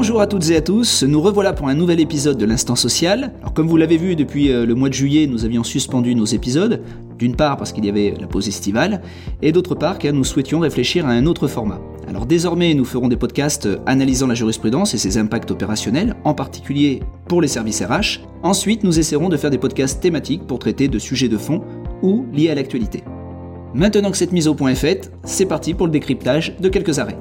Bonjour à toutes et à tous, nous revoilà pour un nouvel épisode de l'Instant Social. Alors comme vous l'avez vu depuis le mois de juillet, nous avions suspendu nos épisodes, d'une part parce qu'il y avait la pause estivale, et d'autre part car nous souhaitions réfléchir à un autre format. Alors désormais nous ferons des podcasts analysant la jurisprudence et ses impacts opérationnels, en particulier pour les services RH. Ensuite nous essaierons de faire des podcasts thématiques pour traiter de sujets de fond ou liés à l'actualité. Maintenant que cette mise au point est faite, c'est parti pour le décryptage de quelques arrêts.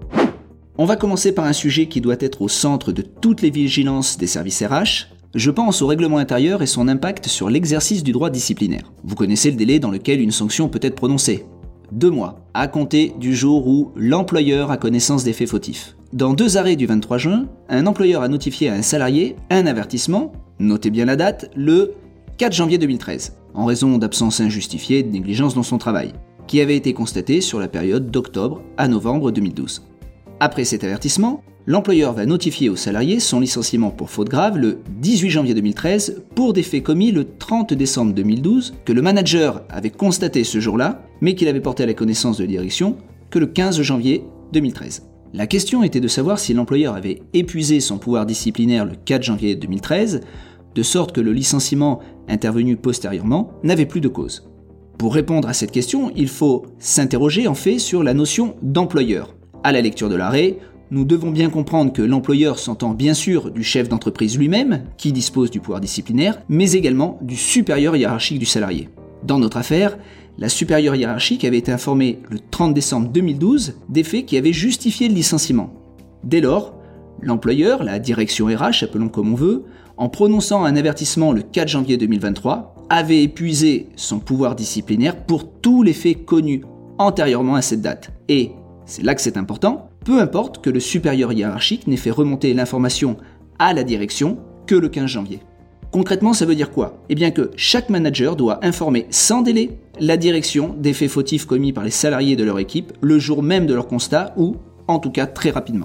On va commencer par un sujet qui doit être au centre de toutes les vigilances des services RH. Je pense au règlement intérieur et son impact sur l'exercice du droit disciplinaire. Vous connaissez le délai dans lequel une sanction peut être prononcée. 2 mois, à compter du jour où l'employeur a connaissance des faits fautifs. Dans 2 arrêts du 23 juin, un employeur a notifié à un salarié un avertissement, notez bien la date, le 4 janvier 2013, en raison d'absence injustifiée et de négligence dans son travail, qui avait été constatée sur la période d'octobre à novembre 2012. Après cet avertissement, l'employeur va notifier au salarié son licenciement pour faute grave le 18 janvier 2013 pour des faits commis le 30 décembre 2012 que le manager avait constaté ce jour-là, mais qu'il avait porté à la connaissance de la direction que le 15 janvier 2013. La question était de savoir si l'employeur avait épuisé son pouvoir disciplinaire le 4 janvier 2013, de sorte que le licenciement intervenu postérieurement n'avait plus de cause. Pour répondre à cette question, il faut s'interroger en fait sur la notion d'employeur. À la lecture de l'arrêt, nous devons bien comprendre que l'employeur s'entend bien sûr du chef d'entreprise lui-même, qui dispose du pouvoir disciplinaire, mais également du supérieur hiérarchique du salarié. Dans notre affaire, la supérieure hiérarchique avait été informée le 30 décembre 2012 des faits qui avaient justifié le licenciement. Dès lors, l'employeur, la direction RH, appelons comme on veut, en prononçant un avertissement le 4 janvier 2023, avait épuisé son pouvoir disciplinaire pour tous les faits connus antérieurement à cette date. Et c'est là que c'est important, peu importe que le supérieur hiérarchique n'ait fait remonter l'information à la direction que le 15 janvier. Concrètement, ça veut dire quoi ? Eh bien que chaque manager doit informer sans délai la direction des faits fautifs commis par les salariés de leur équipe le jour même de leur constat ou, en tout cas, très rapidement.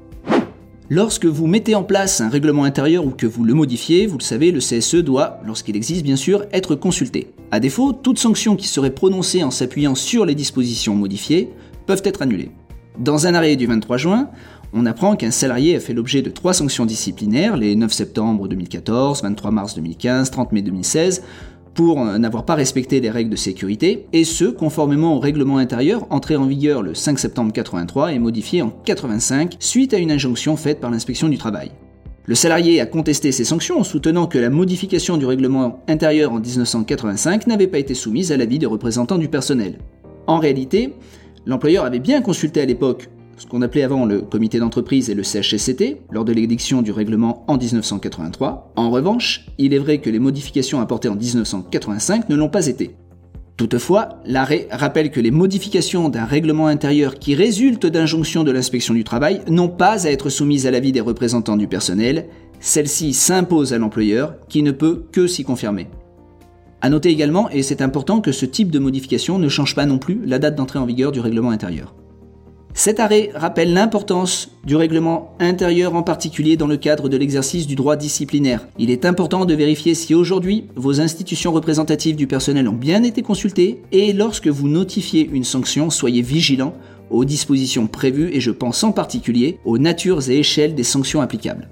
Lorsque vous mettez en place un règlement intérieur ou que vous le modifiez, vous le savez, le CSE doit, lorsqu'il existe bien sûr, être consulté. À défaut, toute sanction qui serait prononcée en s'appuyant sur les dispositions modifiées peuvent être annulées. Dans un arrêt du 23 juin, on apprend qu'un salarié a fait l'objet de 3 sanctions disciplinaires, les 9 septembre 2014, 23 mars 2015, 30 mai 2016, pour n'avoir pas respecté les règles de sécurité, et ce, conformément au règlement intérieur entré en vigueur le 5 septembre 83 et modifié en 85 suite à une injonction faite par l'inspection du travail. Le salarié a contesté ces sanctions en soutenant que la modification du règlement intérieur en 1985 n'avait pas été soumise à l'avis des représentants du personnel. En réalité, l'employeur avait bien consulté à l'époque ce qu'on appelait avant le comité d'entreprise et le CHSCT lors de l'édiction du règlement en 1983. En revanche, il est vrai que les modifications apportées en 1985 ne l'ont pas été. Toutefois, l'arrêt rappelle que les modifications d'un règlement intérieur qui résultent d'injonctions de l'inspection du travail n'ont pas à être soumises à l'avis des représentants du personnel, celles-ci s'imposent à l'employeur qui ne peut que s'y confirmer. À noter également, et c'est important, que ce type de modification ne change pas non plus la date d'entrée en vigueur du règlement intérieur. Cet arrêt rappelle l'importance du règlement intérieur en particulier dans le cadre de l'exercice du droit disciplinaire. Il est important de vérifier si aujourd'hui vos institutions représentatives du personnel ont bien été consultées et lorsque vous notifiez une sanction, soyez vigilant aux dispositions prévues et je pense en particulier aux natures et échelles des sanctions applicables.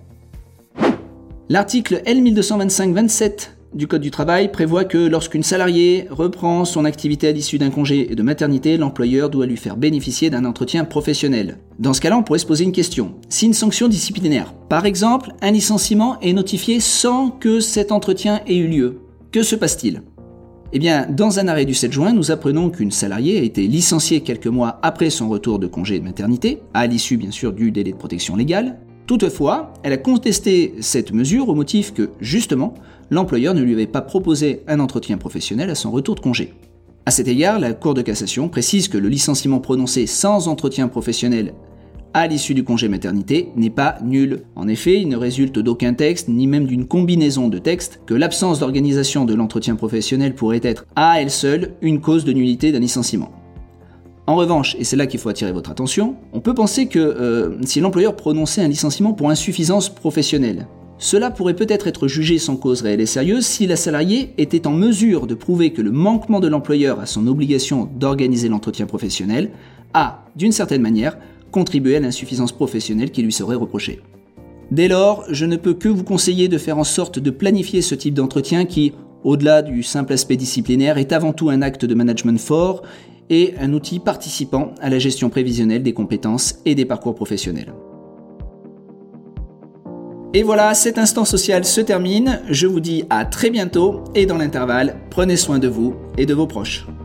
L'article L1225-27 du Code du travail prévoit que lorsqu'une salariée reprend son activité à l'issue d'un congé de maternité, l'employeur doit lui faire bénéficier d'un entretien professionnel. Dans ce cas-là, on pourrait se poser une question. Si une sanction disciplinaire, par exemple un licenciement, est notifié sans que cet entretien ait eu lieu, que se passe-t-il ? Eh bien, dans un arrêt du 7 juin, nous apprenons qu'une salariée a été licenciée quelques mois après son retour de congé de maternité, à l'issue bien sûr du délai de protection légale. Toutefois, elle a contesté cette mesure au motif que, justement, l'employeur ne lui avait pas proposé un entretien professionnel à son retour de congé. À cet égard, la Cour de cassation précise que le licenciement prononcé sans entretien professionnel à l'issue du congé maternité n'est pas nul. En effet, il ne résulte d'aucun texte, ni même d'une combinaison de textes, que l'absence d'organisation de l'entretien professionnel pourrait être à elle seule une cause de nullité d'un licenciement. En revanche, et c'est là qu'il faut attirer votre attention, on peut penser que si l'employeur prononçait un licenciement pour insuffisance professionnelle, cela pourrait peut-être être jugé sans cause réelle et sérieuse si la salariée était en mesure de prouver que le manquement de l'employeur à son obligation d'organiser l'entretien professionnel a, d'une certaine manière, contribué à l'insuffisance professionnelle qui lui serait reprochée. Dès lors, je ne peux que vous conseiller de faire en sorte de planifier ce type d'entretien qui, au-delà du simple aspect disciplinaire, est avant tout un acte de management fort et un outil participant à la gestion prévisionnelle des compétences et des parcours professionnels. Et voilà, cet instant social se termine. Je vous dis à très bientôt et dans l'intervalle, prenez soin de vous et de vos proches.